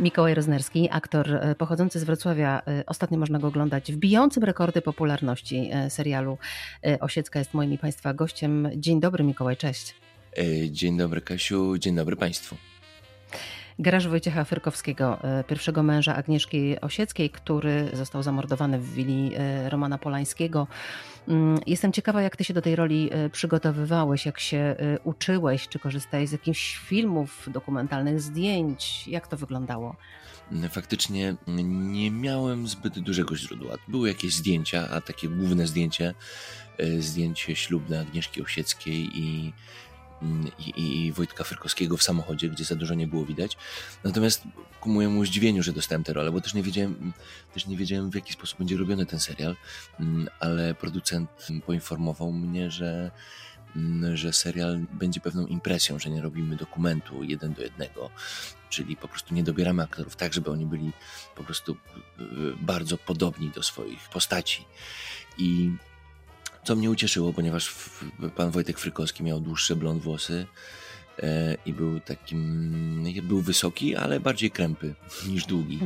Mikołaj Roznerski, aktor pochodzący z Wrocławia. Ostatnio można go oglądać w bijącym rekordy popularności serialu Osiecka. Jest moim i Państwa gościem. Dzień dobry, Mikołaj, cześć. Dzień dobry, Kasiu, dzień dobry Państwu. Grasz Wojciecha Fyrkowskiego, pierwszego męża Agnieszki Osieckiej, który został zamordowany w willi Romana Polańskiego. Jestem ciekawa, jak ty się do tej roli przygotowywałeś, jak się uczyłeś, czy korzystałeś z jakichś filmów, dokumentalnych zdjęć, jak to wyglądało? Faktycznie nie miałem zbyt dużego źródła. Były jakieś zdjęcia, a takie główne zdjęcie ślubne Agnieszki Osieckiej i Wojtka Fyrkowskiego w samochodzie, gdzie za dużo nie było widać. Natomiast ku mojemu zdziwieniu, że dostałem tę rolę, bo też nie wiedziałem w jaki sposób będzie robiony ten serial, ale producent poinformował mnie, że serial będzie pewną impresją, że nie robimy dokumentu 1:1, czyli po prostu nie dobieramy aktorów tak, żeby oni byli po prostu bardzo podobni do swoich postaci. I co mnie ucieszyło, ponieważ pan Wojtek Fyrkowski miał dłuższe blond włosy i był wysoki, ale bardziej krępy niż długi.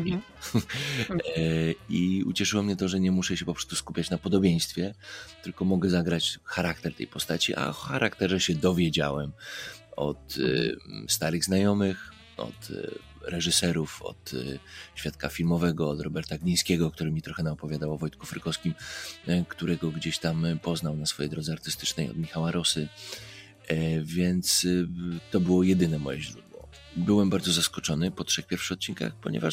I ucieszyło mnie to, że nie muszę się po prostu skupiać na podobieństwie, tylko mogę zagrać charakter tej postaci, a o charakterze się dowiedziałem od starych znajomych, od reżyserów, od świadka filmowego, od Roberta Glińskiego, który mi trochę naopowiadał o Wojtku Fyrkowskim, którego gdzieś tam poznał na swojej drodze artystycznej od Michała Rosy, więc to było jedyne moje źródło. Byłem bardzo zaskoczony po 3 pierwszych odcinkach,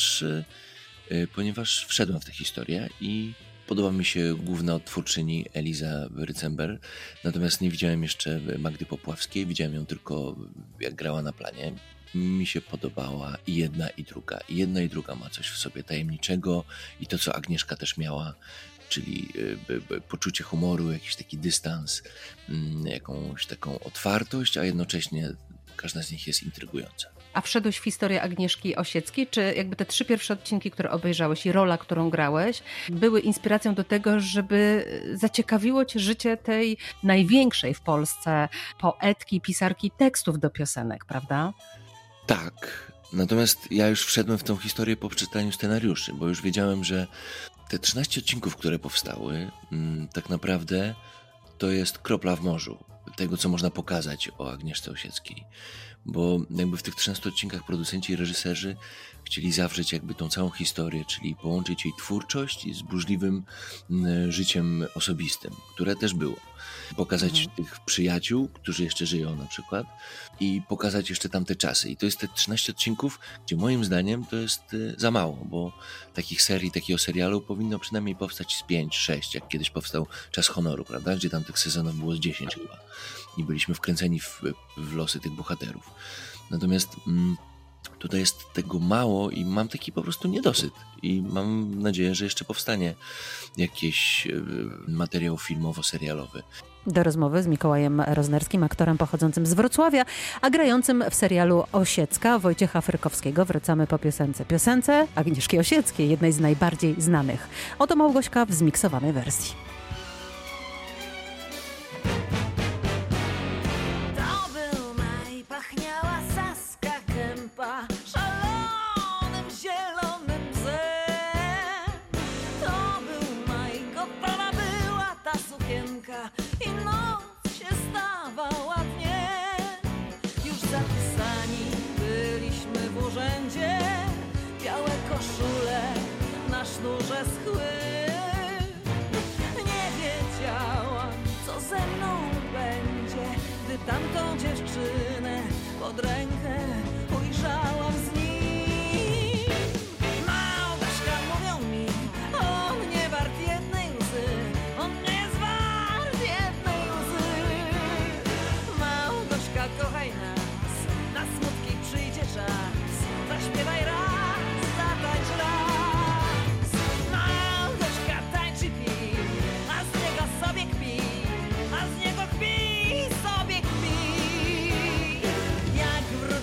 ponieważ wszedłem w tę historię i podoba mi się główna odtwórczyni Eliza Rycember, natomiast nie widziałem jeszcze Magdy Popławskiej, widziałem ją tylko jak grała na planie. Mi się podobała i jedna i druga. I jedna i druga ma coś w sobie tajemniczego i to, co Agnieszka też miała, czyli poczucie humoru, jakiś taki dystans, jakąś taką otwartość, a jednocześnie każda z nich jest intrygująca. A wszedłeś w historię Agnieszki Osieckiej, czy jakby te 3 pierwsze odcinki, które obejrzałeś i rola, którą grałeś, były inspiracją do tego, żeby zaciekawiło cię życie tej największej w Polsce poetki, pisarki tekstów do piosenek, prawda? Tak, natomiast ja już wszedłem w tą historię po przeczytaniu scenariuszy, bo już wiedziałem, że te 13 odcinków, które powstały, tak naprawdę to jest kropla w morzu tego, co można pokazać o Agnieszce Osieckiej. Bo jakby w tych 13 odcinkach producenci i reżyserzy chcieli zawrzeć jakby tą całą historię, czyli połączyć jej twórczość z burzliwym życiem osobistym, które też było. Pokazać tych przyjaciół, którzy jeszcze żyją na przykład i pokazać jeszcze tamte czasy. I to jest te 13 odcinków, gdzie moim zdaniem to jest za mało, bo takich serii, takiego serialu powinno przynajmniej powstać z 5-6, jak kiedyś powstał Czas Honoru, prawda? Gdzie tam tych sezonów było z 10 chyba. I byliśmy wkręceni w losy tych bohaterów. Natomiast tutaj jest tego mało i mam taki po prostu niedosyt. I mam nadzieję, że jeszcze powstanie jakiś materiał filmowo-serialowy. Do rozmowy z Mikołajem Roznerskim, aktorem pochodzącym z Wrocławia, a grającym w serialu Osiecka Wojciecha Fyrkowskiego. Wracamy po piosence Agnieszki Osieckiej, jednej z najbardziej znanych. Oto Małgośka w zmiksowanej wersji. I noc się stawała dniem. Już zapisani byliśmy w urzędzie. Białe koszule na sznurze schły. Nie wiedziałam, co ze mną będzie, gdy tamtą dziewczynę pod rękę ujrzałam z nim. Małgorzka, mówią mi, on nie wart jednej łzy. On nie jest wart jednej łzy. Małgorzka, kochaj nas, na smutki przyjdzie czas. Zaśpiewaj raz, zatańcz raz. Małgorzka tańczy, pi, a z niego sobie kpi, a z niego kpi, sobie kpi. Jak w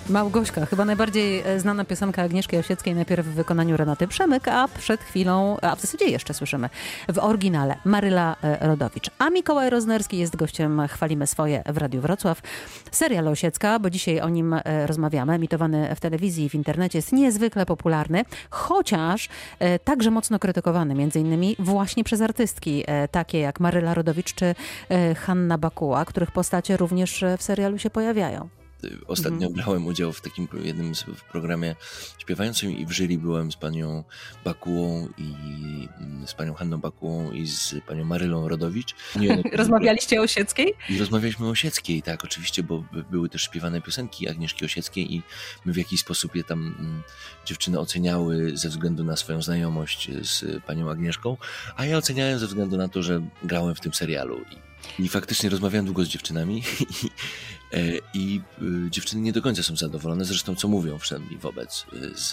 Małgośka, chyba najbardziej znana piosenka Agnieszki Osieckiej, najpierw w wykonaniu Renaty Przemyk, a przed chwilą, a w zasadzie jeszcze słyszymy w oryginale Maryla Rodowicz. A Mikołaj Roznerski jest gościem Chwalimy Swoje w Radiu Wrocław. Serial Osiecka, bo dzisiaj o nim rozmawiamy, emitowany w telewizji i w internecie, jest niezwykle popularny, chociaż także mocno krytykowany, między innymi właśnie przez artystki, takie jak Maryla Rodowicz czy Hanna Bakuła, których postacie również w serialu się pojawiają. Ostatnio brałem udział w takim jednym w programie śpiewającym i w jury byłem z panią Bakułą i z panią Hanną Bakułą i z panią Marylą Rodowicz. Rozmawialiście o Osieckiej? I rozmawialiśmy o Osieckiej, tak, oczywiście, bo były też śpiewane piosenki Agnieszki Osieckiej i my w jakiś sposób je tam dziewczyny oceniały ze względu na swoją znajomość z panią Agnieszką, a ja oceniałem ze względu na to, że grałem w tym serialu. I faktycznie rozmawiałem długo z dziewczynami i dziewczyny nie do końca są zadowolone, zresztą co mówią wszędzie wobec z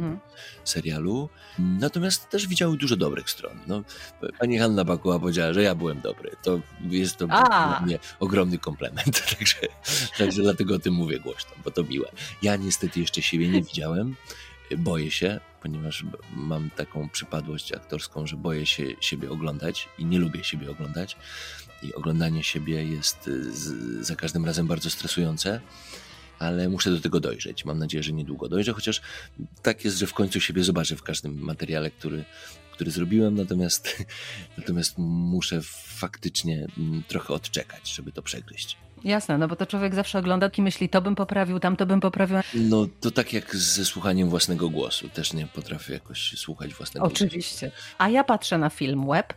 serialu. Natomiast też widziały dużo dobrych stron. No, pani Hanna Bakuła powiedziała, że ja byłem dobry. To jest to dla mnie ogromny komplement. Także dlatego o tym mówię głośno, bo to miłe. Ja niestety jeszcze siebie nie widziałem. Boję się, ponieważ mam taką przypadłość aktorską, że boję się siebie oglądać i nie lubię siebie oglądać. I oglądanie siebie jest za każdym razem bardzo stresujące, ale muszę do tego dojrzeć. Mam nadzieję, że niedługo dojrzę, chociaż tak jest, że w końcu siebie zobaczę w każdym materiale, który zrobiłem, natomiast muszę faktycznie trochę odczekać, żeby to przegryźć. Jasne, no bo to człowiek zawsze ogląda i myśli, to bym poprawił, tamto bym poprawił. No to tak jak ze słuchaniem własnego głosu. Też nie potrafię jakoś słuchać własnego głosu. Oczywiście. A ja patrzę na film Web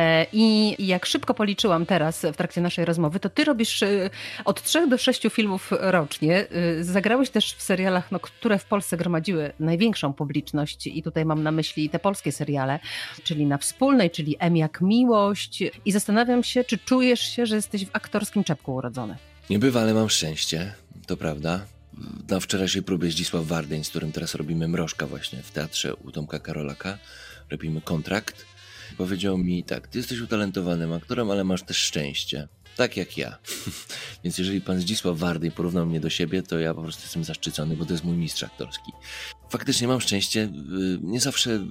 i jak szybko policzyłam teraz w trakcie naszej rozmowy, to ty robisz od 3 do 6 filmów rocznie. Zagrałeś też w serialach, które w Polsce gromadziły największą publiczność i tutaj mam na myśli te polskie seriale, czyli Na Wspólnej, czyli M jak Miłość. I zastanawiam się, czy czujesz się, że jesteś w aktorskim czepku urodzony? Nie bywa, ale mam szczęście, to prawda. Na wczorajszej próbie Zdzisław Wardyń, z którym teraz robimy Mrożka właśnie w teatrze u Tomka Karolaka, robimy kontrakt. Powiedział mi tak, ty jesteś utalentowanym aktorem, ale masz też szczęście. Tak jak ja. Więc jeżeli pan Zdzisław Wardyń porównał mnie do siebie, to ja po prostu jestem zaszczycony, bo to jest mój mistrz aktorski. Faktycznie mam szczęście. Nie zawsze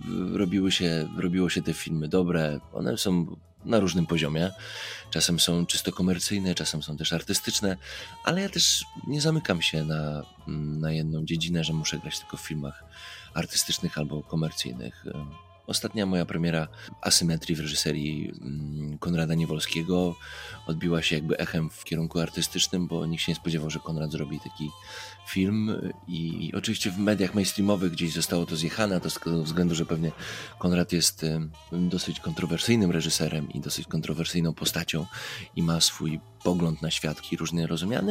robiło się te filmy dobre. One są na różnym poziomie. Czasem są czysto komercyjne, czasem są też artystyczne, ale ja też nie zamykam się na jedną dziedzinę, że muszę grać tylko w filmach artystycznych albo komercyjnych. Ostatnia moja premiera Asymetrii w reżyserii Konrada Niewolskiego odbiła się jakby echem w kierunku artystycznym, bo nikt się nie spodziewał, że Konrad zrobi taki film i oczywiście w mediach mainstreamowych gdzieś zostało to zjechane, to z tego względu, że pewnie Konrad jest dosyć kontrowersyjnym reżyserem i dosyć kontrowersyjną postacią i ma swój pogląd na świat i różnie rozumiany,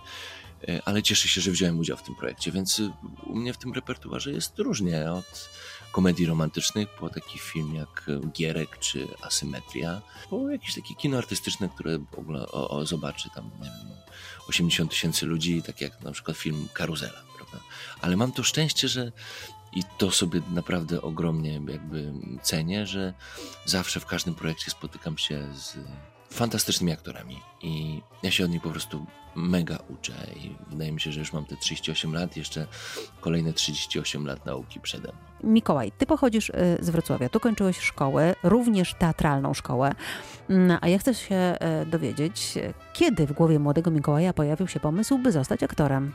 ale cieszę się, że wziąłem udział w tym projekcie, więc u mnie w tym repertuarze jest różnie, od komedii romantycznych po taki film jak Gierek czy Asymetria, po jakieś takie kino artystyczne, które zobaczy tam, nie wiem, 80 000 ludzi, tak jak na przykład film Karuzela, prawda? Ale mam to szczęście, że i to sobie naprawdę ogromnie jakby cenię, że zawsze w każdym projekcie spotykam się z fantastycznymi aktorami i ja się od nich po prostu mega uczę i wydaje mi się, że już mam te 38 lat, jeszcze kolejne 38 lat nauki przede mną. Mikołaj, ty pochodzisz z Wrocławia, tu kończyłeś szkołę, również teatralną szkołę, a ja chcę się dowiedzieć, kiedy w głowie młodego Mikołaja pojawił się pomysł, by zostać aktorem?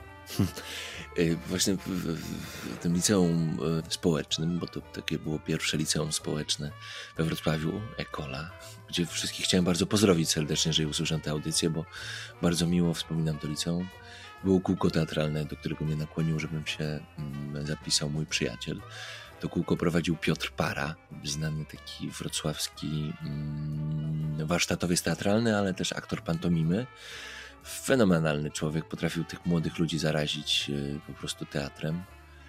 Właśnie w tym liceum społecznym, bo to takie było pierwsze liceum społeczne we Wrocławiu, Ekola, gdzie wszystkich chciałem bardzo pozdrowić serdecznie, że usłyszę tę audycję, bo bardzo miło wspominam to liceum. Było kółko teatralne, do którego mnie nakłonił, żebym się zapisał mój przyjaciel. To kółko prowadził Piotr Para, znany taki wrocławski warsztatowiec teatralny, ale też aktor pantomimy. Fenomenalny człowiek, potrafił tych młodych ludzi zarazić po prostu teatrem.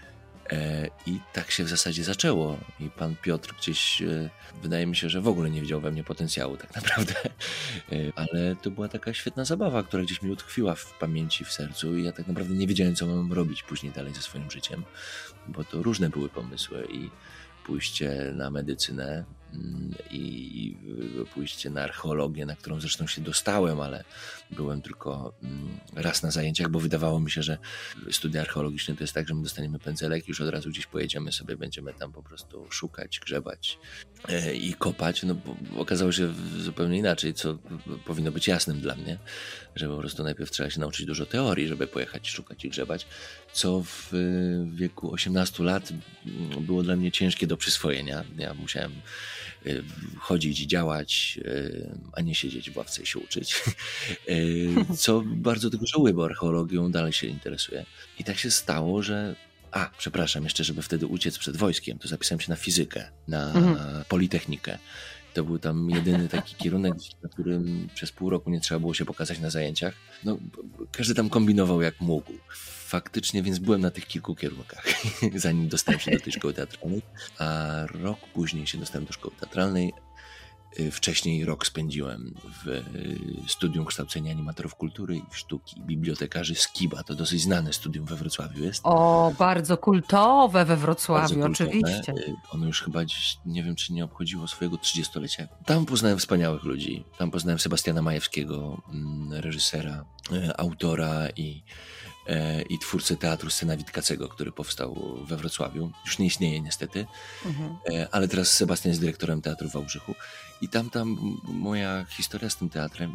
I tak się w zasadzie zaczęło. I pan Piotr gdzieś, wydaje mi się, że w ogóle nie widział we mnie potencjału tak naprawdę. Ale to była taka świetna zabawa, która gdzieś mi utkwiła w pamięci, w sercu i ja tak naprawdę nie wiedziałem, co mam robić później dalej ze swoim życiem, bo to różne były pomysły i pójście na medycynę, i pójście na archeologię, na którą zresztą się dostałem, ale byłem tylko raz na zajęciach, bo wydawało mi się, że studia archeologiczne to jest tak, że my dostaniemy pędzelek i już od razu gdzieś pojedziemy sobie, będziemy tam po prostu szukać, grzebać i kopać. No bo okazało się zupełnie inaczej, co powinno być jasnym dla mnie, że po prostu najpierw trzeba się nauczyć dużo teorii, żeby pojechać szukać i grzebać, co w wieku 18 lat było dla mnie ciężkie do przyswojenia. Ja musiałem chodzić i działać, a nie siedzieć w ławce i się uczyć. Co bardzo tego żałuję, bo archeologią dalej się interesuję. I tak się stało, że przepraszam, jeszcze żeby wtedy uciec przed wojskiem, to zapisałem się na fizykę, na Politechnikę. To był tam jedyny taki kierunek, na którym przez pół roku nie trzeba było się pokazać na zajęciach. No, każdy tam kombinował jak mógł. Faktycznie, więc byłem na tych kilku kierunkach, zanim dostałem się do tej szkoły teatralnej. A rok później się dostałem do szkoły teatralnej. Wcześniej rok spędziłem w studium kształcenia animatorów kultury i sztuki, bibliotekarzy Skiba. To dosyć znane studium we Wrocławiu jest. O, bardzo kultowe we Wrocławiu, oczywiście. Ono już chyba dziś, nie wiem, czy nie obchodziło swojego 30-lecia. Tam poznałem wspaniałych ludzi. Tam poznałem Sebastiana Majewskiego, reżysera, autora i twórcę teatru Scena Witkacego, który powstał we Wrocławiu. Już nie istnieje niestety, ale teraz Sebastian jest dyrektorem teatru w Wałbrzychu. I tam moja historia z tym teatrem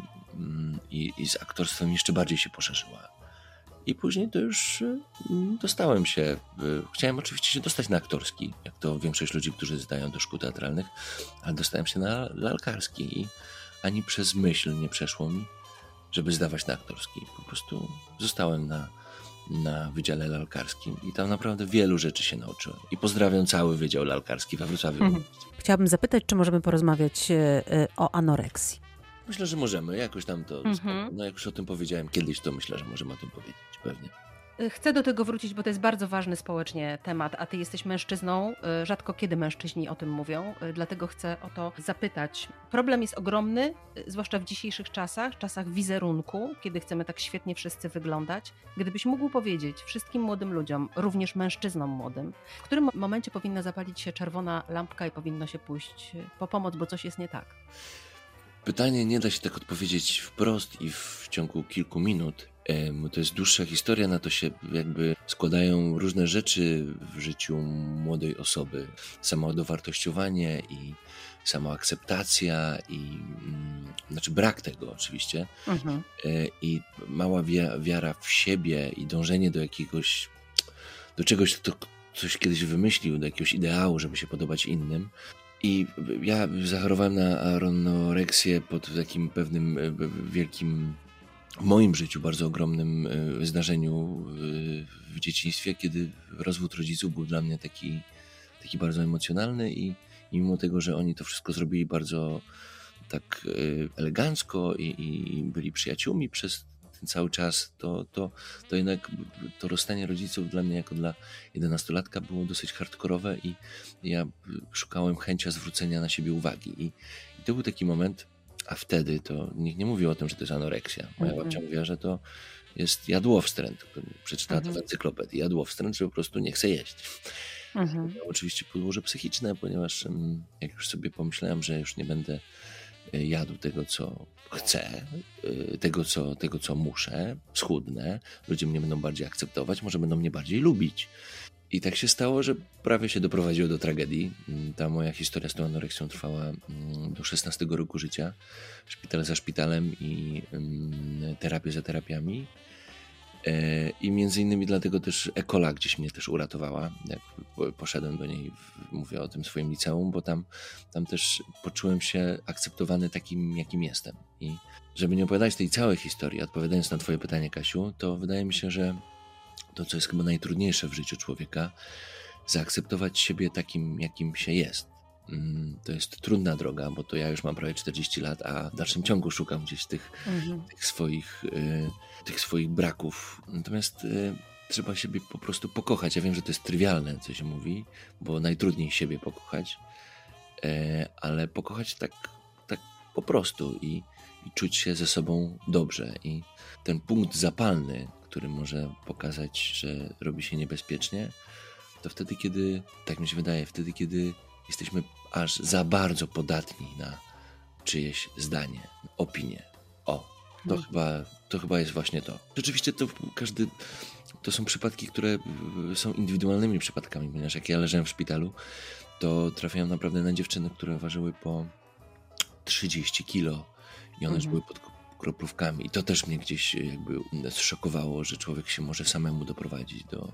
i z aktorstwem jeszcze bardziej się poszerzyła. I później to już dostałem się. Chciałem oczywiście się dostać na aktorski, jak to większość ludzi, którzy zdają do szkół teatralnych, ale dostałem się na lalkarski i ani przez myśl nie przeszło mi, żeby zdawać na aktorski. Po prostu zostałem na Wydziale Lalkarskim i tam naprawdę wielu rzeczy się nauczyłem. I pozdrawiam cały Wydział Lalkarski we Wrocławiu. Chciałabym zapytać, czy możemy porozmawiać o anoreksji? Myślę, że możemy. Jakoś tam to... No jak już o tym powiedziałem kiedyś, to myślę, że możemy o tym powiedzieć. Pewnie. Chcę do tego wrócić, bo to jest bardzo ważny społecznie temat, a ty jesteś mężczyzną. Rzadko kiedy mężczyźni o tym mówią, dlatego chcę o to zapytać. Problem jest ogromny, zwłaszcza w dzisiejszych czasach wizerunku, kiedy chcemy tak świetnie wszyscy wyglądać. Gdybyś mógł powiedzieć wszystkim młodym ludziom, również mężczyznom młodym, w którym momencie powinna zapalić się czerwona lampka i powinno się pójść po pomoc, bo coś jest nie tak? Pytanie nie da się tak odpowiedzieć wprost i w ciągu kilku minut. To jest dłuższa historia, na to się jakby składają różne rzeczy w życiu młodej osoby. Samodowartościowanie i samoakceptacja i znaczy brak tego oczywiście i mała wiara w siebie i dążenie do czegoś, kto coś kiedyś wymyślił, do jakiegoś ideału, żeby się podobać innym. I ja zachorowałem na anoreksję pod takim pewnym wielkim, w moim życiu bardzo ogromnym zdarzeniu w dzieciństwie, kiedy rozwód rodziców był dla mnie taki bardzo emocjonalny i mimo tego, że oni to wszystko zrobili bardzo tak elegancko i byli przyjaciółmi przez ten cały czas, to jednak to rozstanie rodziców dla mnie jako dla 11-latka było dosyć hardkorowe i ja szukałem chęcia zwrócenia na siebie uwagi i to był taki moment, a wtedy to nikt nie mówił o tym, że to jest anoreksja. Moja babcia mówiła, że to jest jadłowstręt. Przeczytała to w encyklopedii. Jadłowstręt, że po prostu nie chce jeść. Miał oczywiście podłoże psychiczne, ponieważ jak już sobie pomyślałem, że już nie będę jadł tego, co chcę, tego, co muszę, schudnę, ludzie mnie będą bardziej akceptować, może będą mnie bardziej lubić. I tak się stało, że prawie się doprowadziło do tragedii. Ta moja historia z tą anoreksją trwała do 16 roku życia. Szpital za szpitalem i terapię za terapiami. I między innymi dlatego też Ekola gdzieś mnie też uratowała. Jak poszedłem do niej, mówię o tym swoim liceum, bo tam też poczułem się akceptowany takim, jakim jestem. I żeby nie opowiadać tej całej historii, odpowiadając na twoje pytanie, Kasiu, to wydaje mi się, że to, co jest chyba najtrudniejsze w życiu człowieka, zaakceptować siebie takim, jakim się jest. To jest trudna droga, bo to ja już mam prawie 40 lat, a w dalszym ciągu szukam gdzieś tych swoich braków. Natomiast trzeba siebie po prostu pokochać. Ja wiem, że to jest trywialne, co się mówi, bo najtrudniej siebie pokochać, ale pokochać tak po prostu i czuć się ze sobą dobrze. I ten punkt zapalny, który może pokazać, że robi się niebezpiecznie, to wtedy, kiedy, tak mi się wydaje, kiedy jesteśmy aż za bardzo podatni na czyjeś zdanie, opinię. To chyba jest właśnie to. Rzeczywiście to są przypadki, które są indywidualnymi przypadkami, ponieważ jak ja leżałem w szpitalu, to trafiałem naprawdę na dziewczyny, które ważyły po 30 kilo i one już były pod kroplówkami. I to też mnie gdzieś jakby zszokowało, że człowiek się może samemu doprowadzić do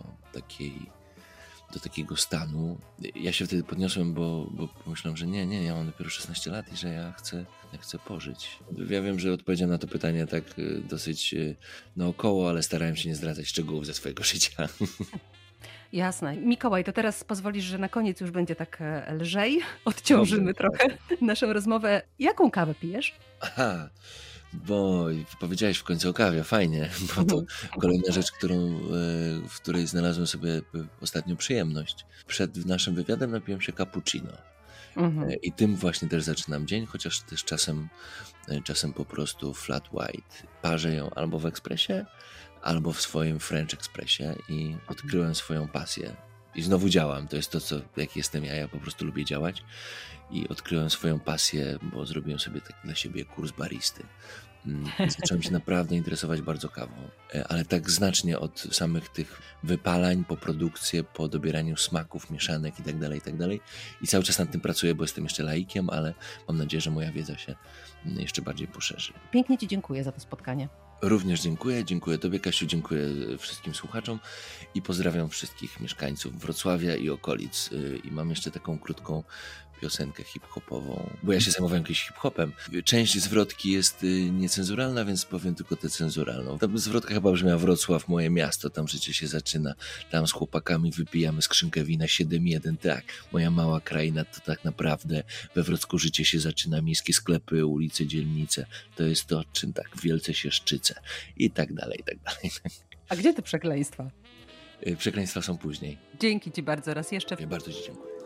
takiego stanu. Ja się wtedy podniosłem, bo pomyślałem, że nie, ja mam dopiero 16 lat i że ja chcę pożyć. Ja wiem, że odpowiedziałem na to pytanie tak dosyć naokoło, ale starałem się nie zdradzać szczegółów ze swojego życia. Jasne. Mikołaj, to teraz pozwolisz, że na koniec już będzie tak lżej. Odciążymy trochę naszą rozmowę. Jaką kawę pijesz? Aha, bo powiedziałeś w końcu o kawie, fajnie, bo to kolejna rzecz, w której znalazłem sobie ostatnio przyjemność. Przed naszym wywiadem napiłem się cappuccino. I tym właśnie też zaczynam dzień, chociaż też czasem po prostu flat white. Parzę ją albo w ekspresie, albo w swoim French Expressie i odkryłem swoją pasję. I znowu działam, to jest to, jak jestem ja po prostu lubię działać. I odkryłem swoją pasję, bo zrobiłem sobie tak dla siebie kurs baristy. Zacząłem się naprawdę interesować bardzo kawą, ale tak znacznie od samych tych wypalań, po produkcję, po dobieraniu smaków, mieszanek i tak dalej. I cały czas nad tym pracuję, bo jestem jeszcze laikiem, ale mam nadzieję, że moja wiedza się jeszcze bardziej poszerzy. Pięknie Ci dziękuję za to spotkanie. Również dziękuję Tobie, Kasiu, dziękuję wszystkim słuchaczom i pozdrawiam wszystkich mieszkańców Wrocławia i okolic. I mam jeszcze taką krótką piosenkę hip-hopową, bo ja się zajmowałem kiedyś hip-hopem. Część zwrotki jest niecenzuralna, więc powiem tylko tę cenzuralną. Ta zwrotka chyba brzmiała: Wrocław, moje miasto, tam życie się zaczyna, tam z chłopakami wypijamy skrzynkę wina 7-1, tak, moja mała kraina to tak naprawdę we Wrocku życie się zaczyna, miejskie sklepy, ulice, dzielnice, to jest to, czym tak wielce się szczycę i tak dalej. A gdzie te przekleństwa? Przekleństwa są później. Dzięki Ci bardzo raz jeszcze. Ja bardzo Ci dziękuję.